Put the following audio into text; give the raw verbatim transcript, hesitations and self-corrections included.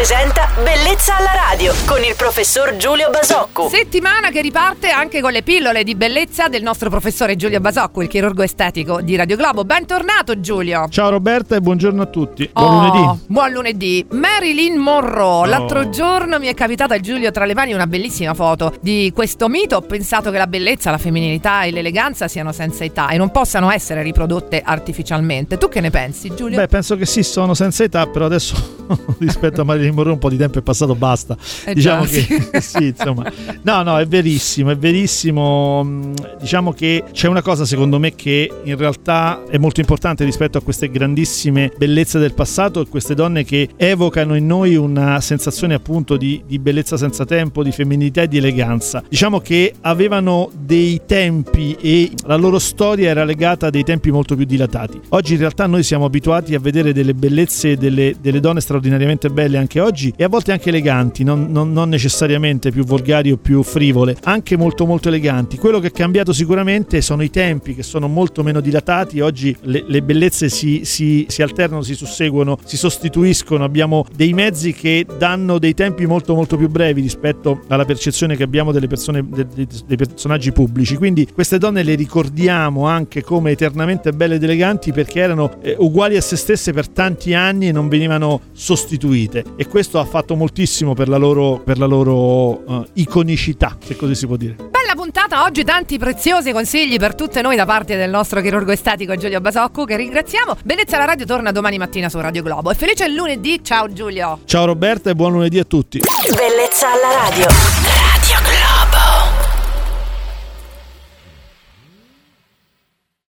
presenta Bellezza alla radio con il professor Giulio Basocco. Settimana che riparte anche con le pillole di bellezza del nostro professore Giulio Basocco, il chirurgo estetico di Radio Globo. Bentornato Giulio. Ciao Roberta e buongiorno a tutti. Buon oh, lunedì. Buon lunedì. Marilyn Monroe. L'altro giorno mi è capitata, Giulio, tra le mani una bellissima foto di questo mito. Ho pensato che la bellezza, la femminilità e l'eleganza siano senza età e non possano essere riprodotte artificialmente. Tu che ne pensi, Giulio? Beh, penso che sì, sono senza età, però adesso rispetto a Marilyn Monroe un po' di tempo è passato, basta. Eh diciamo già, che sì. sì, insomma. No, no, è verissimo, è verissimo. Diciamo che c'è una cosa secondo me che in realtà è molto importante rispetto a queste grandissime bellezze del passato e queste donne che evocano in noi una sensazione appunto di, di bellezza senza tempo, di femminilità e di eleganza. Diciamo che avevano dei tempi e la loro storia era legata a dei tempi molto più dilatati. Oggi in realtà noi siamo abituati a vedere delle bellezze, delle, delle donne straordinariamente belle anche oggi e a volte anche eleganti, non, non, non necessariamente più volgari o più frivole, anche molto molto eleganti. Quello che è cambiato sicuramente sono i tempi, che sono molto meno dilatati. Oggi le, le bellezze si, si, si alternano, si susseguono, si sostituiscono. Abbiamo dei mezzi che danno dei tempi molto molto più brevi rispetto alla percezione che abbiamo delle persone, dei, dei personaggi pubblici. Quindi queste donne le ricordiamo anche come eternamente belle ed eleganti perché erano eh, uguali a se stesse per tanti anni e non venivano sostituite, e questo ha fatto moltissimo per la loro, per la loro uh, iconicità, se così si può dire. Bella puntata oggi, tanti preziosi consigli per tutte noi da parte del nostro chirurgo estetico Giulio Basocco, che ringraziamo. Bellezza alla radio torna domani mattina su Radio Globo. E felice lunedì, ciao Giulio. Ciao Roberta e buon lunedì a tutti. Bellezza alla radio.